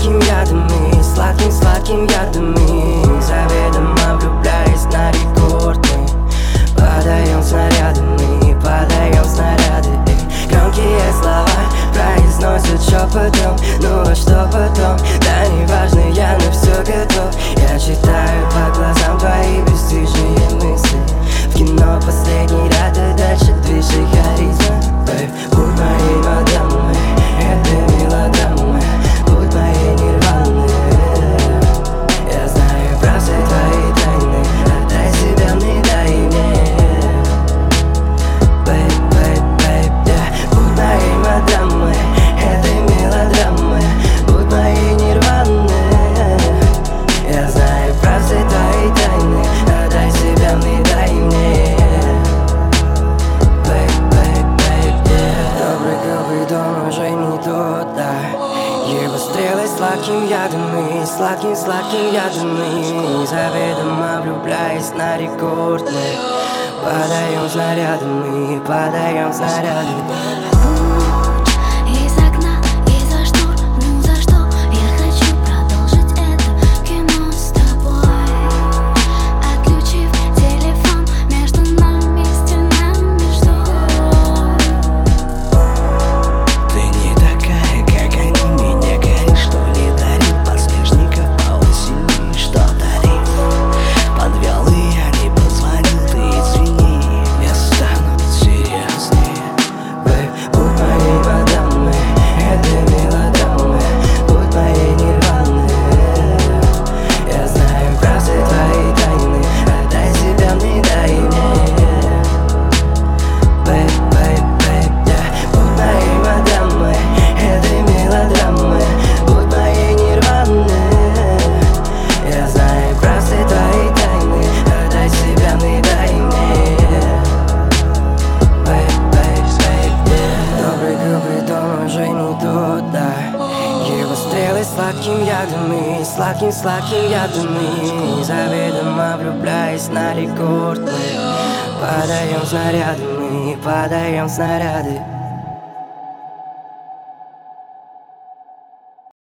сладким ядами, сладким ядами. Заведомо влюбляясь на рекорд мы подаем снаряды. Громкие слова произносят шепотом. Ну а что потом? Да неважно, я на все готов. Я читаю по глазам твои бесстыжие мысли. В кино последний ряд, а дальше движи харизма. Будь моей мадамой, это мелодрама. Будь моей нирваной. Я знаю про все твои тайны. Отдай себя мне, дай мне. Будь моей мадамой, это мелодрама. Будь моей нирваной. Я знаю про все твои тайны. Отдай себя мне, дай мне. Добрый дом уже не тот, да. Его стрелы сладким ядами. Заведомо влюбляясь на рекорд мы подаем снаряды. Из окна, из-за штор, ну за что? Я хочу продолжить это кино с тобой. Отключив телефон, между нами стенами ждут. Ты не такая, как они, меня горит, что ли, дарит подснежников по осени, что дарит. Подвел и я не позвонил, ты извини, я стану серьезнее. Будь моей мадамой, это мелодрама. Будь моей нирваной. Я знаю про все твои тайны. Отдай себя мне, дай мне. Будь моей мадамой, это мелодрама. Будь моей нирваной. Я знаю про все твои тайны. Отдай себя мне, дай мне. Добрый дом уже не тот, да. Его стрелы сладким ядами. Заведомо влюбляясь на рекорд мы подаем снаряды.